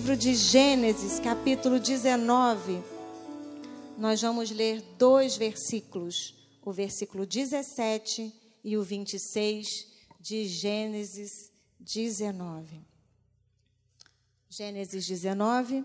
livro de Gênesis, capítulo 19, nós vamos ler 2 versículos, o versículo 17 e o 26 de Gênesis 19. Gênesis 19,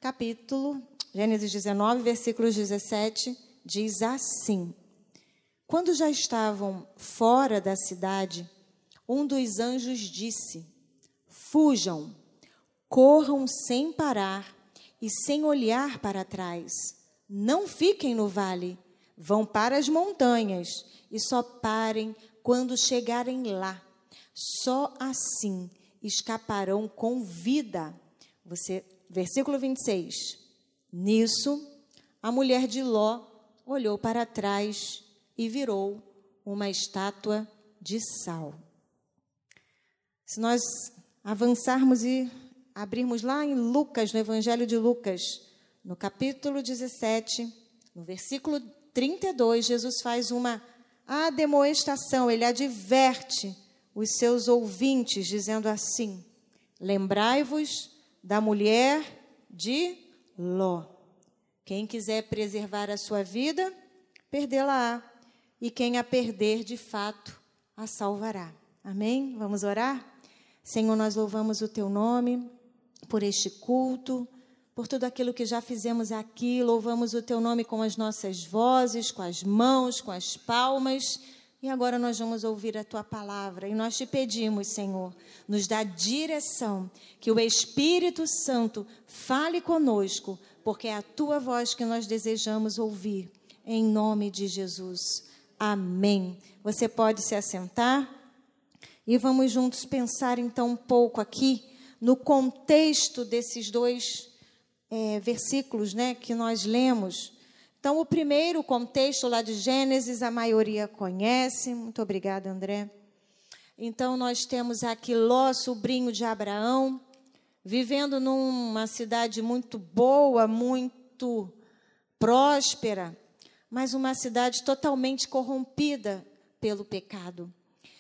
versículo 17, diz assim: Quando já estavam fora da cidade, um dos anjos disse: Fujam, corram sem parar e sem olhar para trás. Não fiquem no vale, vão para as montanhas e só parem quando chegarem lá. Só assim escaparão com vida. Versículo 26. Nisso, a mulher de Ló olhou para trás e virou uma estátua de sal. Se nós avançarmos e abrirmos lá em Lucas, no Evangelho de Lucas, no capítulo 17, no versículo 32, Jesus faz uma admoestação, ele adverte os seus ouvintes, dizendo assim: lembrai-vos da mulher de Ló. Quem quiser preservar a sua vida, perdê-la-á, e quem a perder, de fato, a salvará. Amém? Vamos orar? Senhor, nós louvamos o Teu nome por este culto, por tudo aquilo que já fizemos aqui. Louvamos o Teu nome com as nossas vozes, com as mãos, com as palmas. E agora nós vamos ouvir a Tua palavra. E nós te pedimos, Senhor, nos dá direção, que o Espírito Santo fale conosco, porque é a Tua voz que nós desejamos ouvir. Em nome de Jesus. Amém. Você pode se assentar? E vamos juntos pensar então um pouco aqui no contexto desses 2 versículos, né, que nós lemos. Então, o primeiro contexto lá de Gênesis, a maioria conhece. Muito obrigada, André. Então, nós temos aqui Ló, sobrinho de Abraão, vivendo numa cidade muito boa, muito próspera, mas uma cidade totalmente corrompida pelo pecado.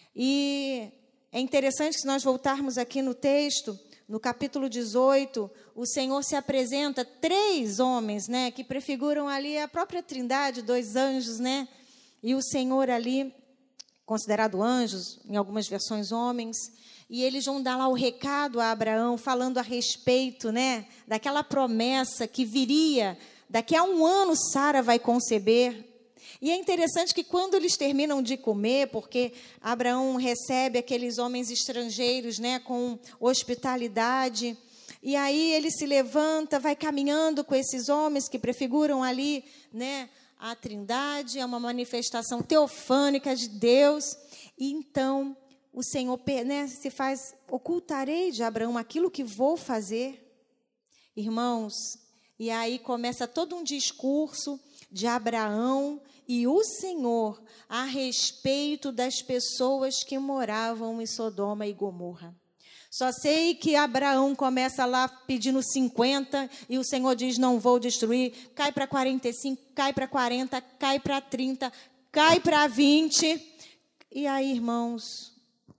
E é interessante que, se nós voltarmos aqui no texto, no capítulo 18, o Senhor se apresenta 3 homens, né, que prefiguram ali a própria Trindade, 2 anjos, né, e o Senhor ali, considerado anjos, em algumas versões homens, e eles vão dar lá o recado a Abraão, falando a respeito, né, daquela promessa que viria, daqui a 1 ano Sara vai conceber. E é interessante que quando eles terminam de comer, porque Abraão recebe aqueles homens estrangeiros, né, com hospitalidade, e aí ele se levanta, vai caminhando com esses homens que prefiguram ali, né, a Trindade, é uma manifestação teofânica de Deus. E então o Senhor, né, se faz: ocultarei de Abraão aquilo que vou fazer. Irmãos, e aí começa todo um discurso de Abraão e o Senhor a respeito das pessoas que moravam em Sodoma e Gomorra. Só sei que Abraão começa lá pedindo 50 e o Senhor diz: não vou destruir. Cai para 45, cai para 40, cai para 30, cai para 20. E aí, irmãos,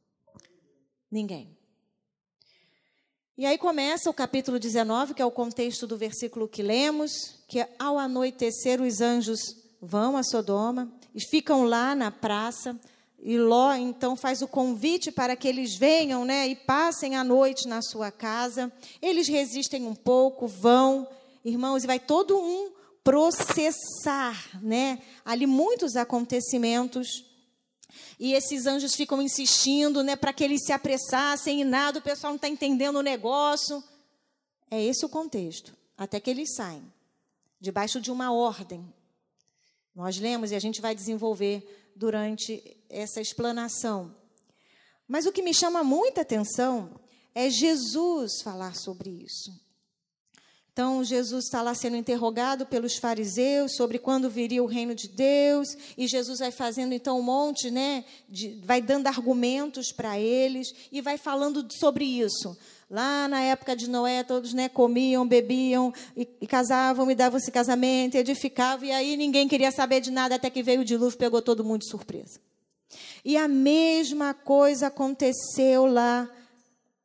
ninguém. E aí começa o capítulo 19, que é o contexto do versículo que lemos, que ao anoitecer os anjos vão a Sodoma e ficam lá na praça, e Ló então faz o convite para que eles venham, né, e passem a noite na sua casa. Eles resistem um pouco, vão, irmãos, e vai todo um processar, né, ali muitos acontecimentos. E esses anjos ficam insistindo, né, para que eles se apressassem e nada, o pessoal não está entendendo o negócio. É esse o contexto, até que eles saem, debaixo de uma ordem. Nós lemos e a gente vai desenvolver durante essa explanação. Mas o que me chama muita atenção é Jesus falar sobre isso. Então, Jesus está lá sendo interrogado pelos fariseus sobre quando viria o reino de Deus, e Jesus vai fazendo, então, um monte, né, vai dando argumentos para eles, e vai falando sobre isso. Lá na época de Noé, todos, né, comiam, bebiam, e casavam, e davam-se casamento, e edificavam, e aí ninguém queria saber de nada, até que veio o dilúvio e pegou todo mundo de surpresa. E a mesma coisa aconteceu lá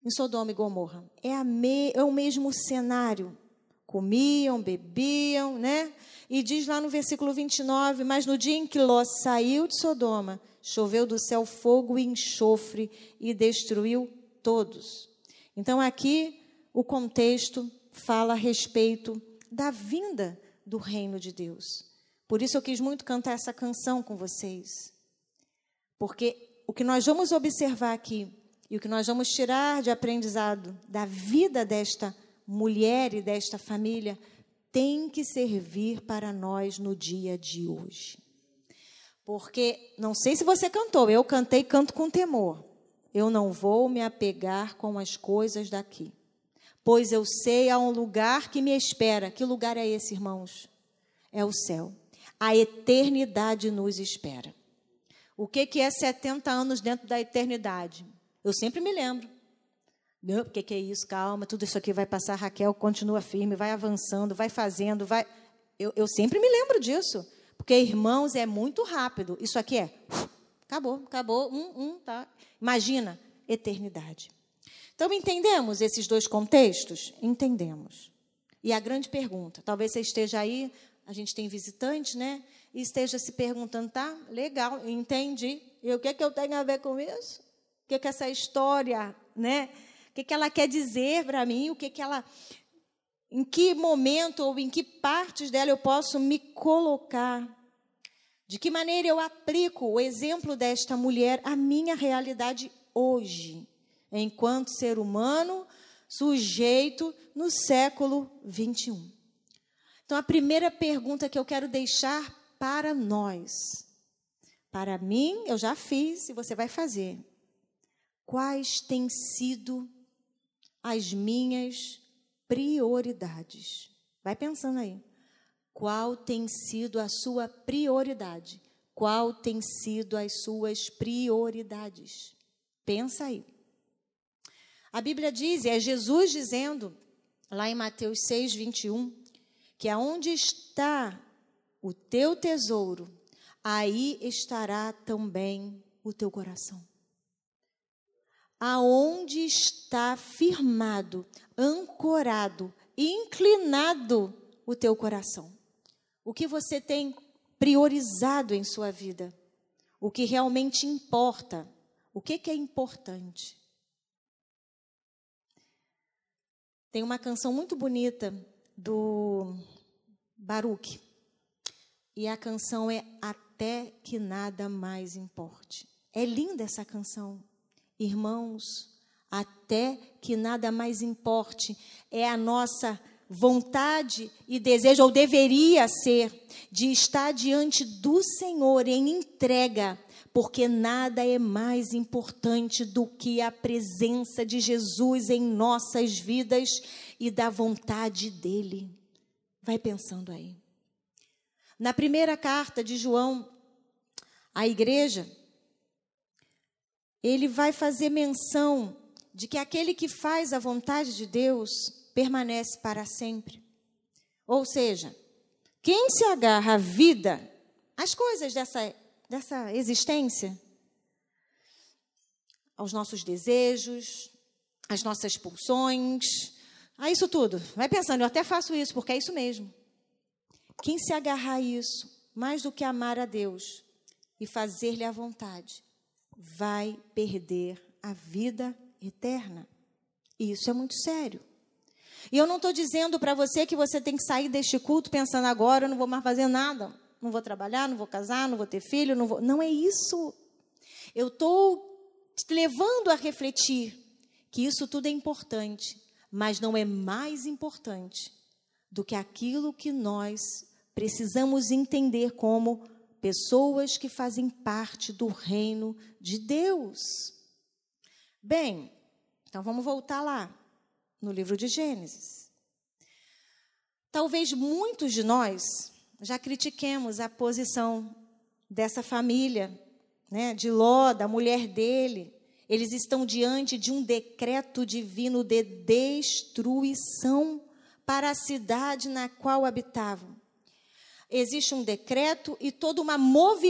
em Sodoma e Gomorra. É o mesmo cenário. Comiam, bebiam, né? E diz lá no versículo 29, mas no dia em que Ló saiu de Sodoma, choveu do céu fogo e enxofre e destruiu todos. Então, aqui, o contexto fala a respeito da vinda do reino de Deus. Por isso eu quis muito cantar essa canção com vocês. Porque o que nós vamos observar aqui e o que nós vamos tirar de aprendizado da vida desta mulher e desta família tem que servir para nós no dia de hoje. Porque, não sei se você cantou, eu cantei Canto com Temor. Eu não vou me apegar com as coisas daqui, pois eu sei há um lugar que me espera. Que lugar é esse, irmãos? É o céu. A eternidade nos espera. O que é 70 anos dentro da eternidade? Eu sempre me lembro. Não, o que é isso? Calma, tudo isso aqui vai passar. Raquel continua firme, vai avançando, vai fazendo, vai... Eu sempre me lembro disso. Porque, irmãos, é muito rápido. Isso aqui acabou, tá. Imagina, eternidade. Então, entendemos esses dois contextos? Entendemos. E a grande pergunta, talvez você esteja aí, a gente tem visitantes, né? E esteja se perguntando, tá, legal, entendi. E o que eu tenho a ver com isso? O que essa história, né? O que ela quer dizer para mim? Em que momento ou em que partes dela eu posso me colocar? De que maneira eu aplico o exemplo desta mulher à minha realidade hoje, enquanto ser humano sujeito no século 21? Então, a primeira pergunta que eu quero deixar para nós, para mim, eu já fiz e você vai fazer. Quais têm sido as minhas prioridades? Vai pensando aí. Qual tem sido a sua prioridade? Qual tem sido as suas prioridades? Pensa aí. A Bíblia diz, e é Jesus dizendo, lá em Mateus 6, 21, que aonde está o teu tesouro, aí estará também o teu coração. Aonde está firmado, ancorado, inclinado o teu coração? O que você tem priorizado em sua vida? O que realmente importa? O que é importante? Tem uma canção muito bonita do Baruch. E a canção é Até que Nada Mais Importe. É linda essa canção. Irmãos, até que nada mais importe, é a nossa vontade e desejo, ou deveria ser, de estar diante do Senhor em entrega, porque nada é mais importante do que a presença de Jesus em nossas vidas e da vontade dele. Vai pensando aí. Na primeira carta de João à igreja, ele vai fazer menção de que aquele que faz a vontade de Deus permanece para sempre. Ou seja, quem se agarra à vida, às coisas dessa existência, aos nossos desejos, às nossas pulsões, a isso tudo. Vai pensando, eu até faço isso, porque é isso mesmo. Quem se agarrar a isso, mais do que amar a Deus e fazer-lhe a vontade, vai perder a vida eterna. E isso é muito sério. E eu não estou dizendo para você que você tem que sair deste culto pensando agora, eu não vou mais fazer nada. Não vou trabalhar, não vou casar, não vou ter filho, não vou... Não é isso. Eu estou te levando a refletir que isso tudo é importante, mas não é mais importante do que aquilo que nós precisamos entender como pessoas que fazem parte do reino de Deus. Bem, então vamos voltar lá, no livro de Gênesis. Talvez muitos de nós já critiquemos a posição dessa família, né, de Ló, da mulher dele. Eles estão diante de um decreto divino de destruição para a cidade na qual habitavam. Existe um decreto e toda uma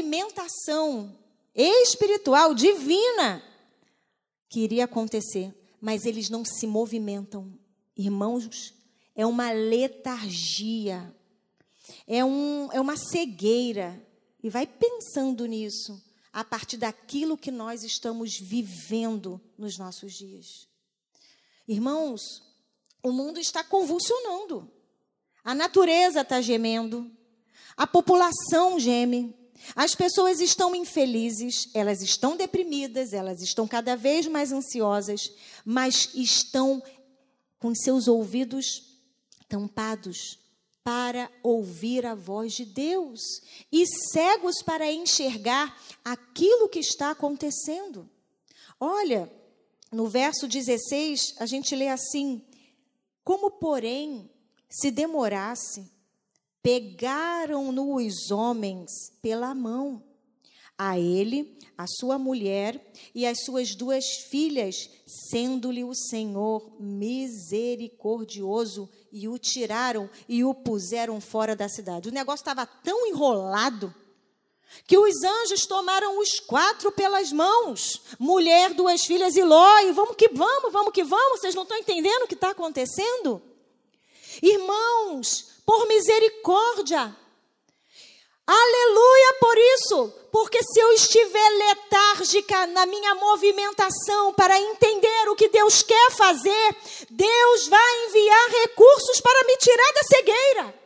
movimentação espiritual, divina, que iria acontecer. mas eles não se movimentam. Irmãos, é uma letargia, é uma cegueira. E vai pensando nisso, a partir daquilo que nós estamos vivendo nos nossos dias. Irmãos, o mundo está convulsionando. A natureza está gemendo. A população geme. As pessoas estão infelizes, elas estão deprimidas, elas estão cada vez mais ansiosas, mas estão com seus ouvidos tampados para ouvir a voz de Deus e cegos para enxergar aquilo que está acontecendo. Olha, no verso 16, a gente lê assim: como, porém, se demorasse, pegaram-no os homens pela mão, a ele, a sua mulher e as suas 2 filhas, sendo-lhe o Senhor misericordioso, e o tiraram e o puseram fora da cidade. O negócio estava tão enrolado que os anjos tomaram os 4 pelas mãos, mulher, 2 filhas e Ló, e vamos que vamos, vocês não estão entendendo o que está acontecendo? Irmãos, por misericórdia, aleluia por isso, porque se eu estiver letárgica na minha movimentação para entender o que Deus quer fazer, Deus vai enviar recursos para me tirar da cegueira.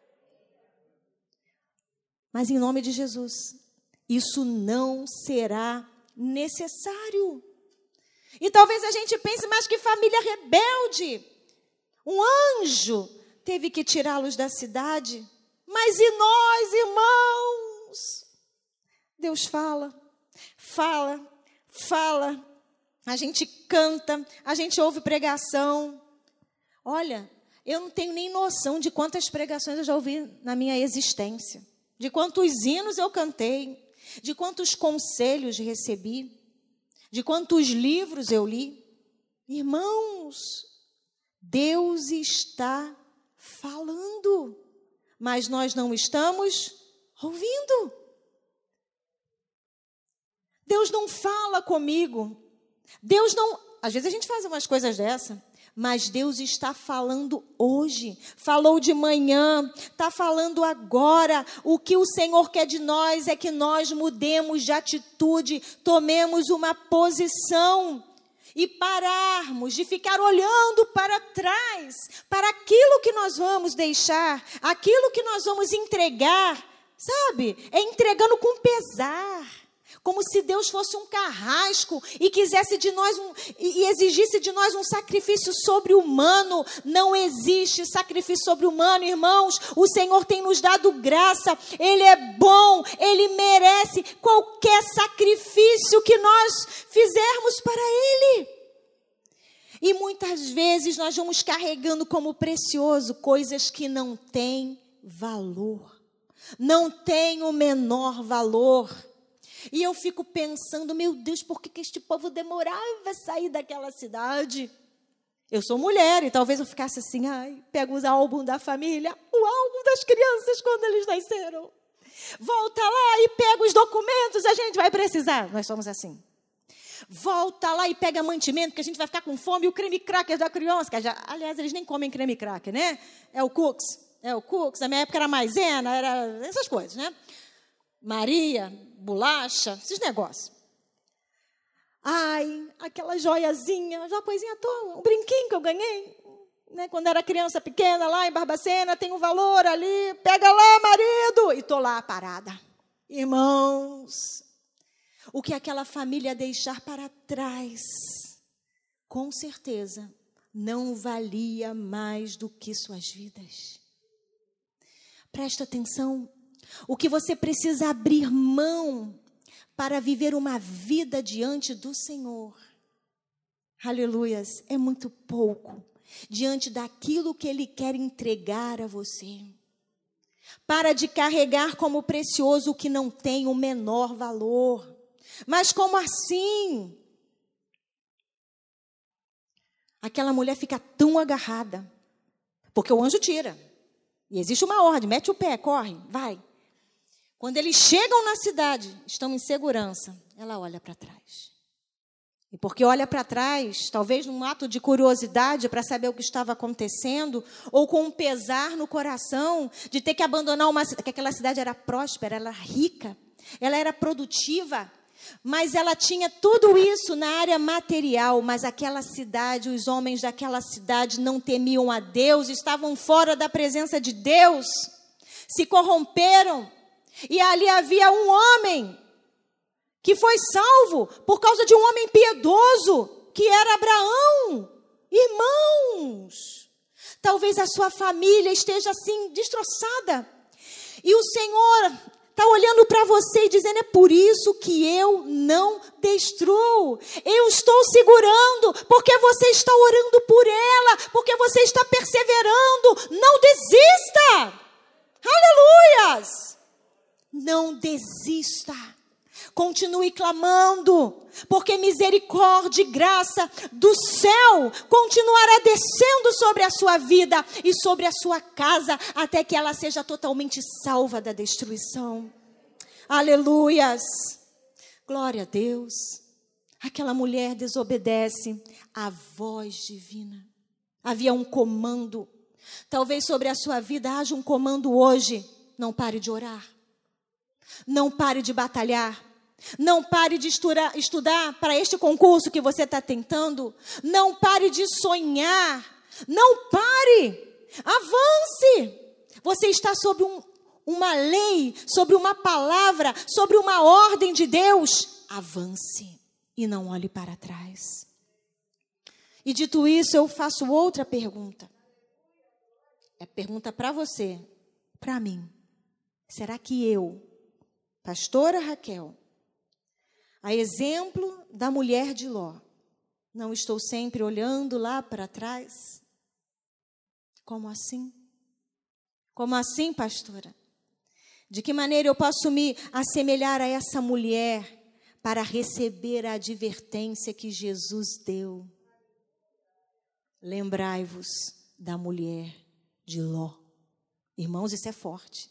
Mas em nome de Jesus, isso não será necessário. E talvez a gente pense, mas que família rebelde, um anjo teve que tirá-los da cidade. Mas e nós, irmãos? Deus fala. A gente canta, a gente ouve pregação. Olha, eu não tenho nem noção de quantas pregações eu já ouvi na minha existência. De quantos hinos eu cantei. De quantos conselhos recebi. De quantos livros eu li. Irmãos, Deus está falando, mas nós não estamos ouvindo. Deus não fala comigo. Deus não... Às vezes a gente faz umas coisas dessa, mas Deus está falando hoje. Falou de manhã, está falando agora. O que o Senhor quer de nós é que nós mudemos de atitude, tomemos uma posição e pararmos de ficar olhando para trás, para aquilo que nós vamos deixar, aquilo que nós vamos entregar, sabe? É entregando com pesar, como se Deus fosse um carrasco e quisesse de nós e exigisse de nós um sacrifício sobre-humano. Não existe sacrifício sobre-humano, irmãos. O Senhor tem nos dado graça, Ele é bom, Ele merece qualquer sacrifício que nós fizermos para Ele. E muitas vezes nós vamos carregando como precioso coisas que não têm valor, não têm o menor valor. E eu fico pensando, meu Deus, por que este povo demorava a sair daquela cidade? Eu sou mulher e talvez eu ficasse assim, pega os álbuns da família, o álbum das crianças quando eles nasceram. Volta lá e pega os documentos, a gente vai precisar. Nós somos assim. Volta lá e pega mantimento, porque a gente vai ficar com fome, e o creme cracker da criança, que aliás, eles nem comem creme cracker, né? É o Cooks, na minha época era maisena, era essas coisas, né? Maria, bolacha, esses negócios. Aquela joiazinha, uma coisinha à toa, um brinquinho que eu ganhei, né? Quando era criança pequena, lá em Barbacena, tem um valor ali, pega lá, marido, e estou lá parada. Irmãos, o que aquela família deixar para trás, com certeza, não valia mais do que suas vidas. Presta atenção, o que você precisa abrir mão para viver uma vida diante do Senhor, aleluias, é muito pouco, diante daquilo que Ele quer entregar a você. Para de carregar como precioso o que não tem o menor valor. Mas como assim? Aquela mulher fica tão agarrada, porque o anjo tira. E existe uma ordem, mete o pé, corre, vai. Quando eles chegam na cidade, estão em segurança, ela olha para trás. E porque olha para trás, talvez num ato de curiosidade para saber o que estava acontecendo, ou com um pesar no coração de ter que abandonar que aquela cidade era próspera, ela era rica, ela era produtiva, mas ela tinha tudo isso na área material, mas aquela cidade, os homens daquela cidade não temiam a Deus, estavam fora da presença de Deus, se corromperam, e ali havia um homem que foi salvo por causa de um homem piedoso, que era Abraão. Irmãos, talvez a sua família esteja assim, destroçada. E o Senhor está olhando para você e dizendo, é por isso que eu não destruo. Eu estou segurando, porque você está orando por ela, porque você está perseverando. Não desista. Aleluias. Não desista. Continue clamando, porque misericórdia e graça do céu continuará descendo sobre a sua vida e sobre a sua casa, até que ela seja totalmente salva da destruição. Aleluias! Glória a Deus. Aquela mulher desobedece à voz divina. Havia um comando. Talvez sobre a sua vida haja um comando hoje. Não pare de orar. Não pare de batalhar. Não pare de estudar para este concurso que você está tentando. Não pare de sonhar. Não pare. Avance. Você está sob uma lei, sobre uma palavra, sobre uma ordem de Deus. Avance e não olhe para trás. E dito isso, eu faço outra pergunta. É pergunta para você, para mim. Será que eu, pastora Raquel, a exemplo da mulher de Ló, não estou sempre olhando lá para trás? Como assim? Como assim, pastora? De que maneira eu posso me assemelhar a essa mulher para receber a advertência que Jesus deu? Lembrai-vos da mulher de Ló. Irmãos, isso é forte.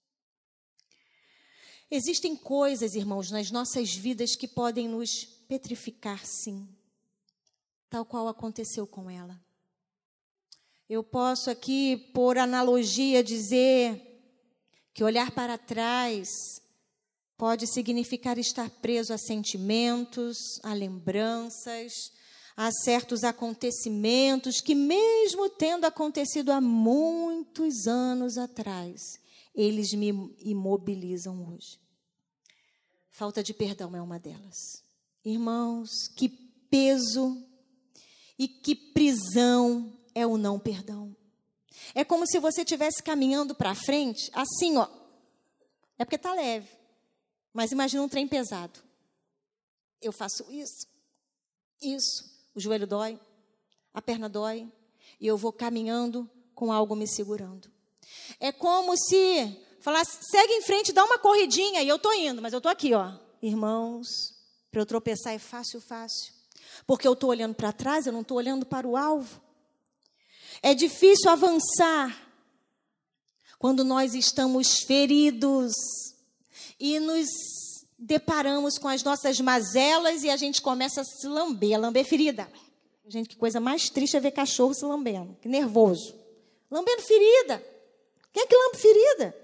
Existem coisas, irmãos, nas nossas vidas que podem nos petrificar, sim. Tal qual aconteceu com ela. Eu posso aqui, por analogia, dizer que olhar para trás pode significar estar preso a sentimentos, a lembranças, a certos acontecimentos que, mesmo tendo acontecido há muitos anos atrás, eles me imobilizam hoje. Falta de perdão é uma delas. Irmãos, que peso e que prisão é o não perdão. É como se você estivesse caminhando para frente, assim, ó. É porque está leve. Mas imagina um trem pesado. Eu faço isso. O joelho dói, a perna dói, e eu vou caminhando com algo me segurando. É como se falasse, segue em frente, dá uma corridinha, e eu estou indo, mas eu estou aqui, ó. Irmãos, para eu tropeçar é fácil. Porque eu estou olhando para trás, eu não estou olhando para o alvo. É difícil avançar quando nós estamos feridos e nos deparamos com as nossas mazelas e a gente começa a se lamber ferida. Gente, que coisa mais triste é ver cachorro se lambendo, que nervoso. Lambendo ferida. Quem é que lambe ferida?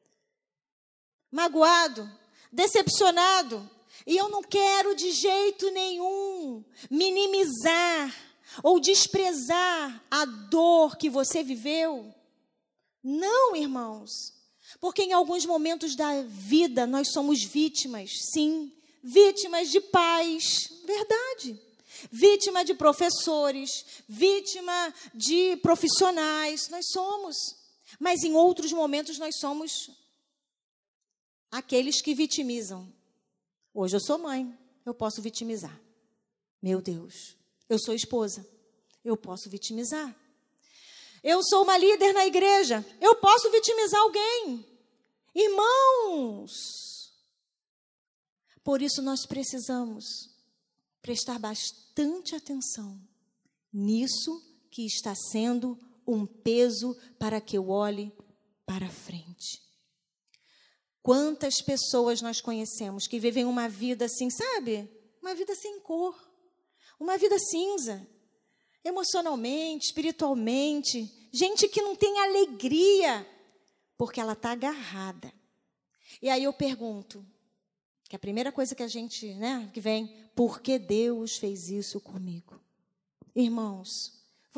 Magoado, decepcionado. E eu não quero de jeito nenhum minimizar ou desprezar a dor que você viveu. Não, irmãos. Porque em alguns momentos da vida nós somos vítimas, sim. Vítimas de pais, verdade. Vítima de professores, vítima de profissionais, nós somos. Mas em outros momentos nós somos aqueles que vitimizam. Hoje eu sou mãe, eu posso vitimizar. Meu Deus, eu sou esposa, eu posso vitimizar. Eu sou uma líder na igreja, eu posso vitimizar alguém. Irmãos, por isso nós precisamos prestar bastante atenção nisso que está sendo um peso para que eu olhe para frente. Quantas pessoas nós conhecemos que vivem uma vida assim, sabe? Uma vida sem cor. Uma vida cinza, emocionalmente, espiritualmente. Gente que não tem alegria, porque ela está agarrada. E aí eu pergunto, que a primeira coisa que a gente, que vem, por que Deus fez isso comigo? Irmãos,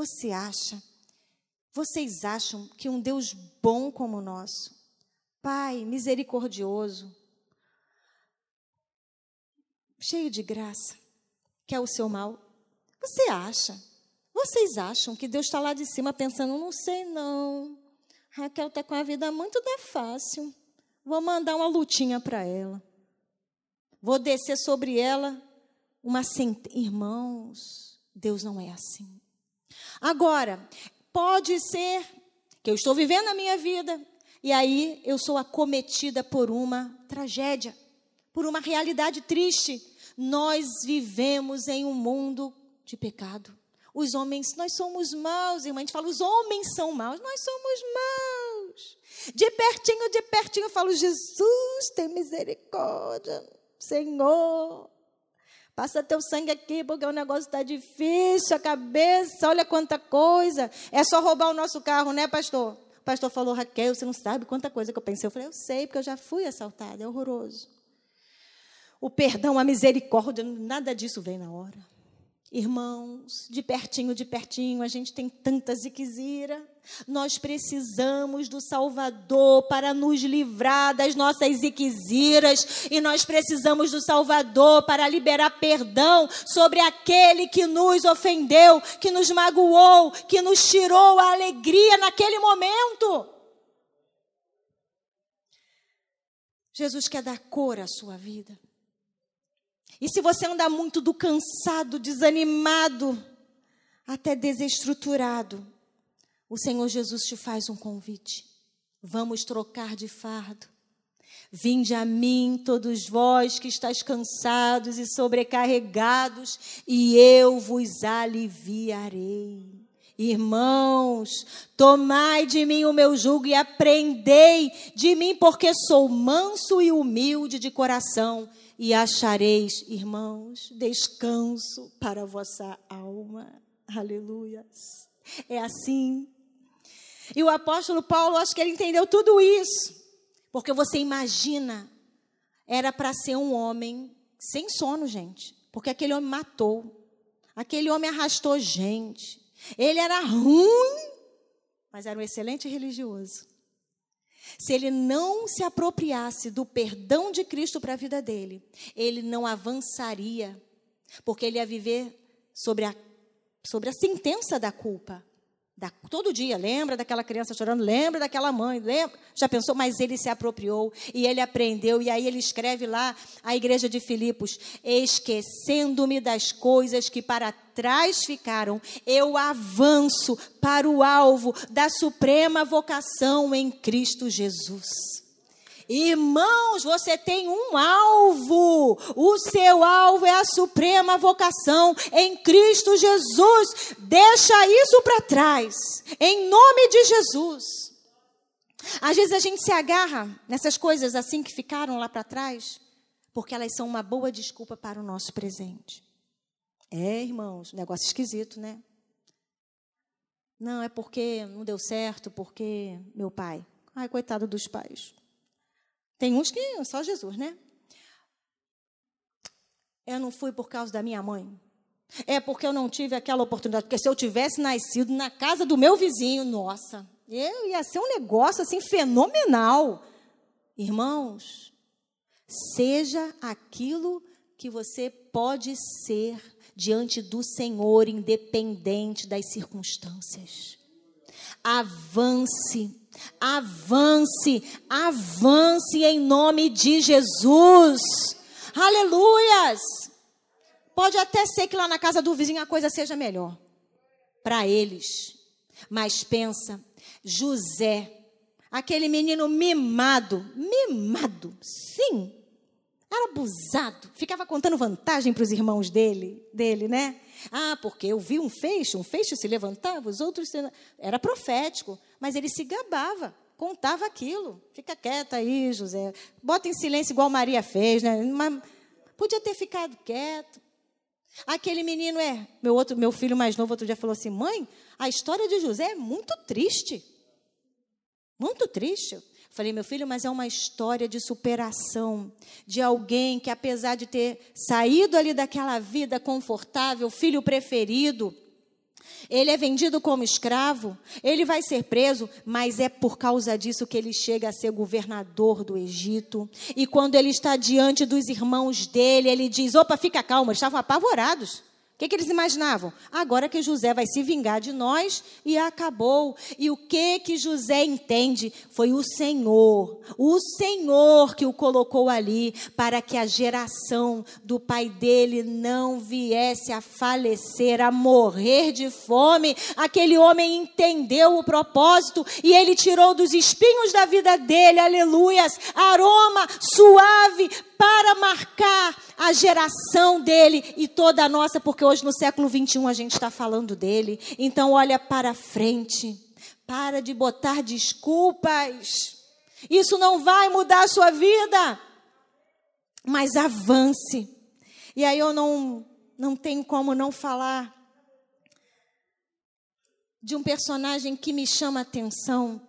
vocês acham que um Deus bom como o nosso, Pai misericordioso, cheio de graça, quer o seu mal? Vocês acham que Deus está lá de cima pensando, não sei não, Raquel está com a vida muito fácil, vou mandar uma lutinha para ela, vou descer sobre ela uma sentença. Irmãos, Deus não é assim. Agora, pode ser que eu estou vivendo a minha vida e aí eu sou acometida por uma tragédia, por uma realidade triste. Nós vivemos em um mundo de pecado. Os homens, nós somos maus, irmã. A gente fala, os homens são maus, nós somos maus. De pertinho, eu falo, Jesus, tem misericórdia, Senhor. Passa teu sangue aqui, porque o negócio está difícil, a cabeça, olha quanta coisa. É só roubar o nosso carro, né, pastor? O pastor falou, Raquel, você não sabe quanta coisa que eu pensei. Eu falei, eu sei, porque eu já fui assaltada, é horroroso. O perdão, a misericórdia, nada disso vem na hora. Irmãos, de pertinho, a gente tem tanta ziquezira. Nós precisamos do Salvador para nos livrar das nossas ziqueziras. E nós precisamos do Salvador para liberar perdão sobre aquele que nos ofendeu, que nos magoou, que nos tirou a alegria naquele momento. Jesus quer dar cor à sua vida. E se você andar muito do cansado, desanimado, até desestruturado, o Senhor Jesus te faz um convite. Vamos trocar de fardo. Vinde a mim, todos vós que estáis cansados e sobrecarregados, e eu vos aliviarei. Irmãos, tomai de mim o meu jugo e aprendei de mim, porque sou manso e humilde de coração, e achareis, irmãos, descanso para a vossa alma. Aleluias. É assim. E o apóstolo Paulo, acho que ele entendeu tudo isso. Porque você imagina, era para ser um homem sem sono, gente. Porque aquele homem matou. Aquele homem arrastou gente. Ele era ruim, mas era um excelente religioso. Se ele não se apropriasse do perdão de Cristo para a vida dele, ele não avançaria, porque ele ia viver sobre a sentença da culpa. Todo dia, lembra daquela criança chorando, lembra daquela mãe, lembra? Já pensou? Mas ele se apropriou e ele aprendeu. E aí ele escreve lá, a igreja de Filipos, esquecendo-me das coisas que para trás ficaram, eu avanço para o alvo da suprema vocação em Cristo Jesus. Irmãos, você tem um alvo. O seu alvo é a suprema vocação em Cristo Jesus. Deixa isso para trás, em nome de Jesus. Às vezes a gente se agarra nessas coisas assim que ficaram lá para trás, porque elas são uma boa desculpa para o nosso presente. Irmãos, negócio esquisito, né? Não, é porque não deu certo, porque meu pai. Ai, coitado dos pais. Tem uns que só Jesus, né? Eu não fui por causa da minha mãe. É porque eu não tive aquela oportunidade. Porque se eu tivesse nascido na casa do meu vizinho, nossa, eu ia ser um negócio assim fenomenal. Irmãos, seja aquilo que você pode ser diante do Senhor, independente das circunstâncias. Avance. Avance, avance em nome de Jesus. Aleluias. Pode até ser que lá na casa do vizinho a coisa seja melhor para eles. Mas pensa, José, aquele menino mimado, sim, era abusado, ficava contando vantagem para os irmãos dele, né? Porque eu vi um feixe se levantava, os outros... Era profético, mas ele se gabava, contava aquilo. Fica quieta aí, José. Bota em silêncio igual Maria fez, né? Mas podia ter ficado quieto. Aquele menino meu filho mais novo outro dia falou assim, mãe, a história de José é muito triste. Muito triste. Eu falei, meu filho, mas é uma história de superação, de alguém que apesar de ter saído ali daquela vida confortável, filho preferido, ele é vendido como escravo, ele vai ser preso, mas é por causa disso que ele chega a ser governador do Egito. E quando ele está diante dos irmãos dele, ele diz, opa, fica calmo, eles estavam apavorados. O que eles imaginavam? Agora que José vai se vingar de nós e acabou. E o que José entende? Foi o Senhor que o colocou ali para que a geração do pai dele não viesse a falecer, a morrer de fome. Aquele homem entendeu o propósito e ele tirou dos espinhos da vida dele, aleluias, aroma suave para marcar a geração dele e toda a nossa, porque hoje no século 21 a gente está falando dele. Então olha para frente, para de botar desculpas, isso não vai mudar a sua vida, mas avance. E aí eu não tenho como não falar de um personagem que me chama a atenção.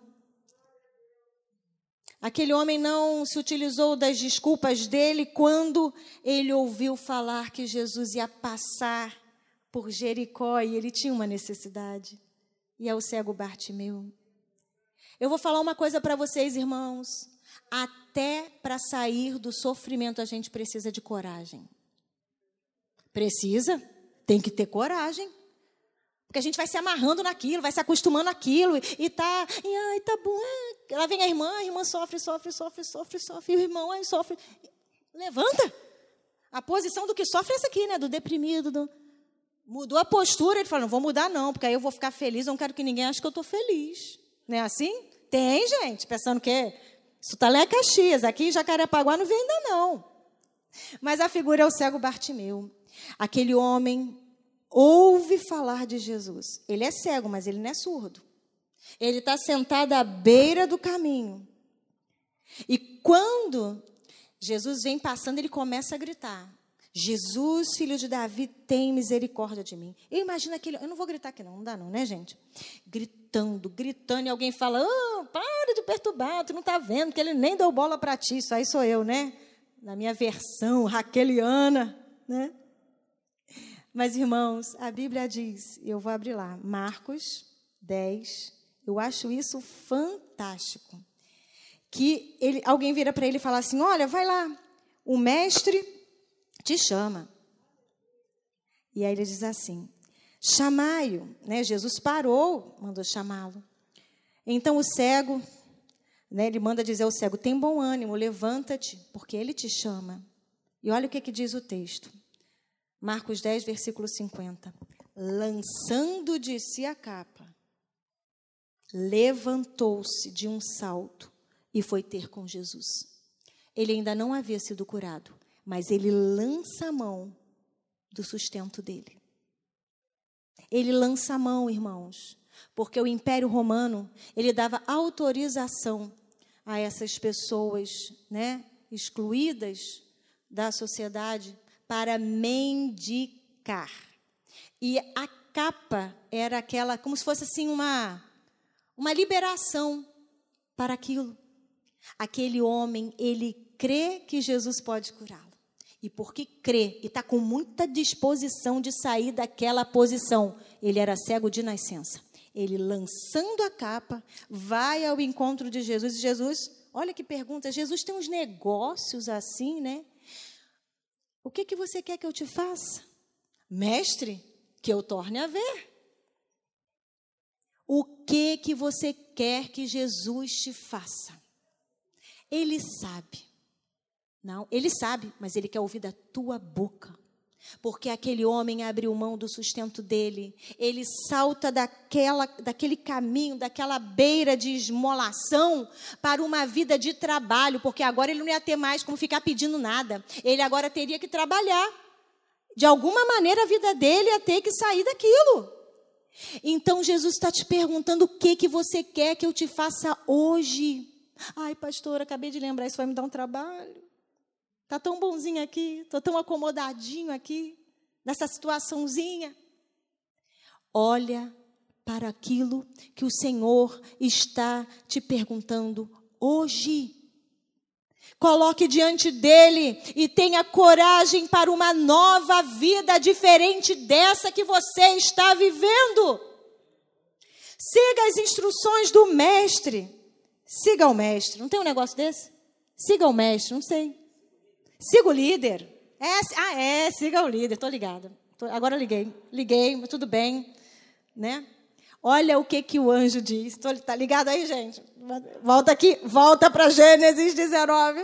Aquele homem não se utilizou das desculpas dele quando ele ouviu falar que Jesus ia passar por Jericó e ele tinha uma necessidade. E é o cego Bartimeu. Eu vou falar uma coisa para vocês, irmãos. Até para sair do sofrimento a gente precisa de coragem. Precisa, tem que ter coragem. Porque a gente vai se amarrando naquilo, vai se acostumando àquilo, e tá bom. Lá vem a irmã sofre, e o irmão sofre. Levanta. A posição do que sofre é essa aqui, né? Do deprimido. Mudou a postura, ele fala, não vou mudar não, porque aí eu vou ficar feliz, eu não quero que ninguém ache que eu estou feliz. Não é assim? Tem gente pensando que isso tá lá em Caxias, aqui em Jacarepaguá não vem ainda não. Mas a figura é o cego Bartimeu. Aquele homem ouve falar de Jesus. Ele é cego, mas ele não é surdo. Ele está sentado à beira do caminho. E quando Jesus vem passando, ele começa a gritar, Jesus, filho de Davi, tem misericórdia de mim. Eu imagino aquele... Eu não vou gritar aqui não dá não, né, gente? Gritando, e alguém fala, para de perturbar, tu não está vendo que ele nem deu bola para ti. Isso aí sou eu, né? Na minha versão raqueliana, né? Mas, irmãos, a Bíblia diz, eu vou abrir lá, Marcos 10, eu acho isso fantástico, que alguém vira para ele e fala assim, olha, vai lá, o mestre te chama. E aí ele diz assim, chamai-o, né? Jesus parou, mandou chamá-lo. Então o cego, né, ele manda dizer ao cego, tem bom ânimo, levanta-te, porque ele te chama. E olha o que diz o texto. Marcos 10, versículo 50. Lançando de si a capa, levantou-se de um salto e foi ter com Jesus. Ele ainda não havia sido curado, mas ele lança a mão do sustento dele. Ele lança a mão, irmãos, porque o Império Romano, ele dava autorização a essas pessoas, né, excluídas da sociedade, para mendicar. E a capa era aquela, como se fosse assim uma liberação para aquilo. Aquele homem, ele crê que Jesus pode curá-lo. E porque crê e está com muita disposição de sair daquela posição, ele era cego de nascença. Ele, lançando a capa, vai ao encontro de Jesus. E Jesus, olha que pergunta, Jesus tem uns negócios assim, né? O que você quer que eu te faça? Mestre, que eu torne a ver. O que você quer que Jesus te faça? Ele sabe. Não, ele sabe, mas ele quer ouvir da tua boca. Porque aquele homem abriu mão do sustento dele. Ele salta daquele caminho, daquela beira de esmolação para uma vida de trabalho. Porque agora ele não ia ter mais como ficar pedindo nada. Ele agora teria que trabalhar. De alguma maneira a vida dele ia ter que sair daquilo. Então Jesus está te perguntando o que você quer que eu te faça hoje. Ai, pastor, acabei de lembrar, isso vai me dar um trabalho. Está tão bonzinho aqui, estou tão acomodadinho aqui. nessa situaçãozinha. Olha para aquilo que o Senhor está te perguntando hoje. Coloque diante dele e tenha coragem para uma nova vida diferente dessa que você está vivendo. Siga as instruções do mestre. Siga o mestre. Não tem um negócio desse? Siga o mestre, não sei. Siga o líder. Siga o líder, estou ligada. Agora liguei, mas tudo bem, né? Olha o que o anjo diz. Está ligado aí, gente? Volta aqui, volta para Gênesis 19.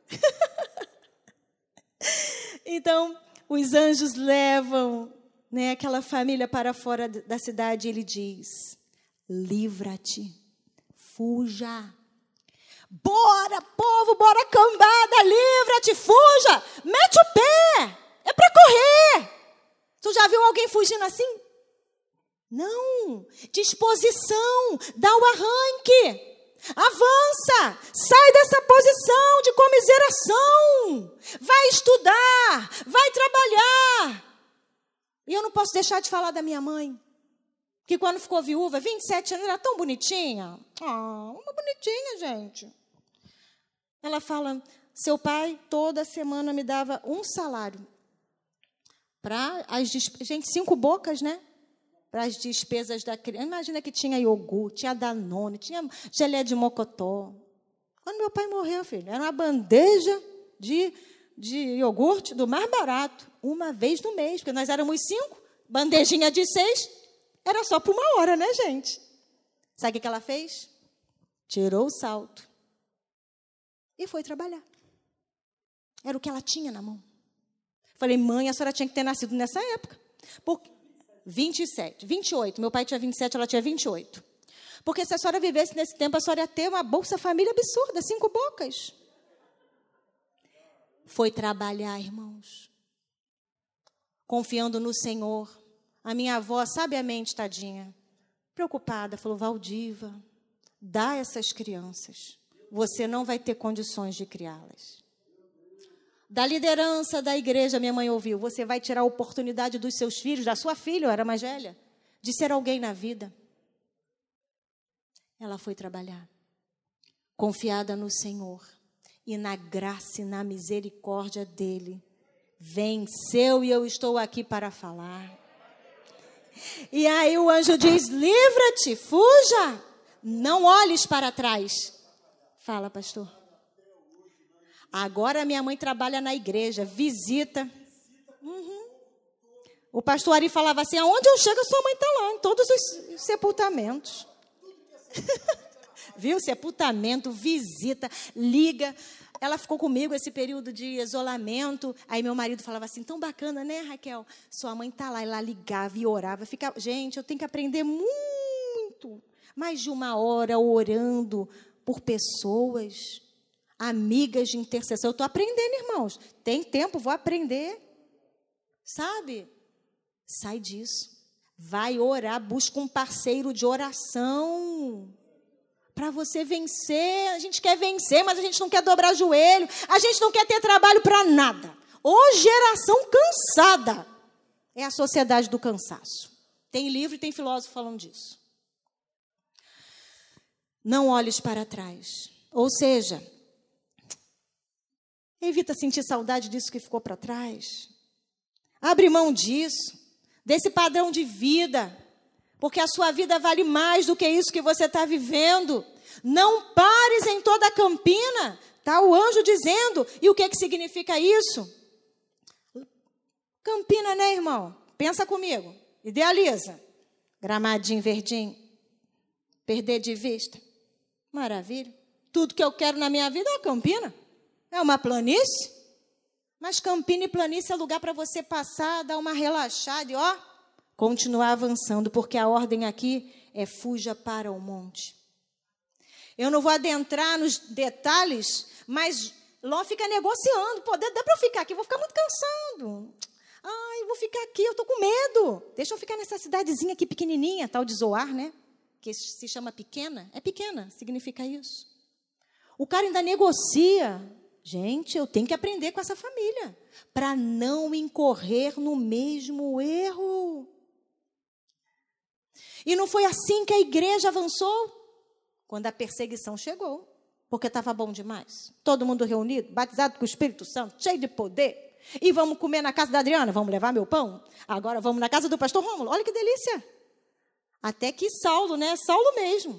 Então, os anjos levam, né, aquela família para fora da cidade e ele diz: livra-te, fuja. Bora, povo, bora, cambada, livra-te, fuja, mete o pé, é para correr. Tu já viu alguém fugindo assim? Não, disposição, dá o arranque, avança, sai dessa posição de comiseração, vai estudar, vai trabalhar. E eu não posso deixar de falar da minha mãe, que quando ficou viúva, 27 anos, era tão bonitinha. Uma bonitinha, gente. Ela fala, seu pai toda semana me dava um salário. Para as gente, 5 bocas, né? Para as despesas da criança. Imagina que tinha iogurte, tinha Danone, tinha gelé de mocotó. Quando meu pai morreu, filho, era uma bandeja de iogurte do mais barato, uma vez no mês, porque nós éramos 5, bandejinha de 6, era só por 1 hora, né, gente? Sabe o que ela fez? Tirou o salto e foi trabalhar. Era o que ela tinha na mão. Falei, mãe, a senhora tinha que ter nascido nessa época. 28. Meu pai tinha 27, ela tinha 28. Porque se a senhora vivesse nesse tempo, a senhora ia ter uma Bolsa Família absurda, 5 bocas. Foi trabalhar, irmãos. Confiando no Senhor. A minha avó, sabiamente, tadinha, preocupada, falou, Valdiva, dá essas crianças. Você não vai ter condições de criá-las. Da liderança da igreja, minha mãe ouviu, você vai tirar a oportunidade dos seus filhos, da sua filha, eu era mais velha, de ser alguém na vida. Ela foi trabalhar, confiada no Senhor, e na graça e na misericórdia dele, venceu e eu estou aqui para falar. E aí o anjo diz, livra-te, fuja, não olhes para trás. Fala, pastor. Agora minha mãe trabalha na igreja, visita. O pastor Ari falava assim, aonde eu chego, sua mãe está lá, em todos os sepultamentos. Viu? Sepultamento, visita, liga. Ela ficou comigo esse período de isolamento. Aí meu marido falava assim, tão bacana, né, Raquel? Sua mãe está lá, ela ligava e orava. Gente, eu tenho que aprender muito. Mais de 1 hora orando por pessoas, amigas de intercessão. Eu estou aprendendo, irmãos. Tem tempo, vou aprender. Sabe? Sai disso. Vai orar, busca um parceiro de oração. Para você vencer. A gente quer vencer, mas a gente não quer dobrar joelho. A gente não quer ter trabalho para nada. Ô geração cansada. É a sociedade do cansaço. Tem livro e tem filósofo falando disso. Não olhes para trás. Ou seja, evita sentir saudade disso que ficou para trás. Abre mão disso, desse padrão de vida, porque a sua vida vale mais do que isso que você está vivendo. Não pares em toda a campina, está o anjo dizendo. E o que significa isso? Campina, né, irmão? Pensa comigo, idealiza. Gramadinho, verdinho, perder de vista. Maravilha. Tudo que eu quero na minha vida é uma campina. É uma planície. Mas campina e planície é lugar para você passar, dar uma relaxada e, continuar avançando, porque a ordem aqui é fuja para o monte. Eu não vou adentrar nos detalhes, mas Ló fica negociando. Pô, dá para eu ficar aqui, vou ficar muito cansado. Ai, vou ficar aqui, eu estou com medo. Deixa eu ficar nessa cidadezinha aqui pequenininha, tal de Zoar, né? Que se chama pequena. É pequena, significa isso. O cara ainda negocia. Gente, eu tenho que aprender com essa família para não incorrer no mesmo erro. E não foi assim que a igreja avançou quando a perseguição chegou, porque estava bom demais. Todo mundo reunido, batizado com o Espírito Santo, cheio de poder. E vamos comer na casa da Adriana, vamos levar meu pão? Agora vamos na casa do pastor Rômulo, olha que delícia. Até que Saulo, né? Saulo mesmo,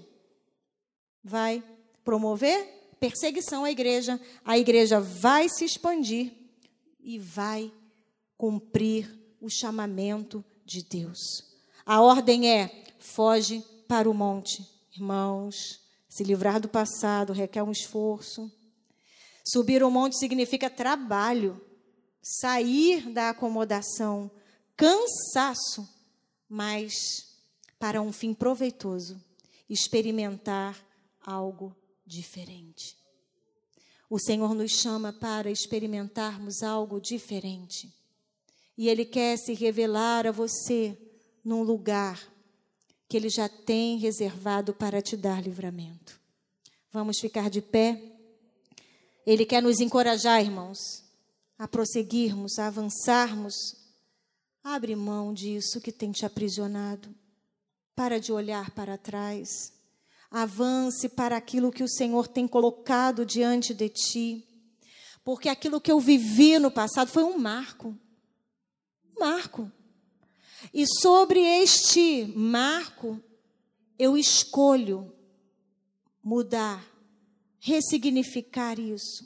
vai promover perseguição à igreja. A igreja vai se expandir e vai cumprir o chamamento de Deus. A ordem é: foge para o monte. Irmãos, se livrar do passado requer um esforço. Subir o monte significa trabalho, sair da acomodação, cansaço, mas para um fim proveitoso, experimentar algo diferente. O Senhor nos chama para experimentarmos algo diferente. E Ele quer se revelar a você num lugar que Ele já tem reservado para te dar livramento. Vamos ficar de pé. Ele quer nos encorajar, irmãos, a prosseguirmos, a avançarmos. Abre mão disso que tem te aprisionado. Para de olhar para trás. Avance para aquilo que o Senhor tem colocado diante de ti. Porque aquilo que eu vivi no passado foi um marco. Um marco. E sobre este marco, eu escolho mudar, ressignificar isso.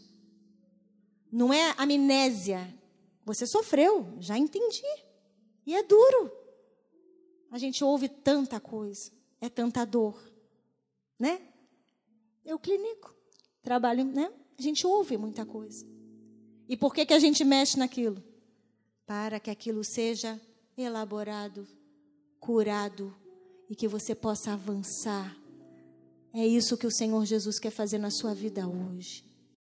Não é amnésia. Você sofreu, já entendi. E é duro. A gente ouve tanta coisa, é tanta dor, né? Eu clinico, trabalho, né? A gente ouve muita coisa. E por que a gente mexe naquilo? Para que aquilo seja elaborado, curado e que você possa avançar. É isso que o Senhor Jesus quer fazer na sua vida hoje.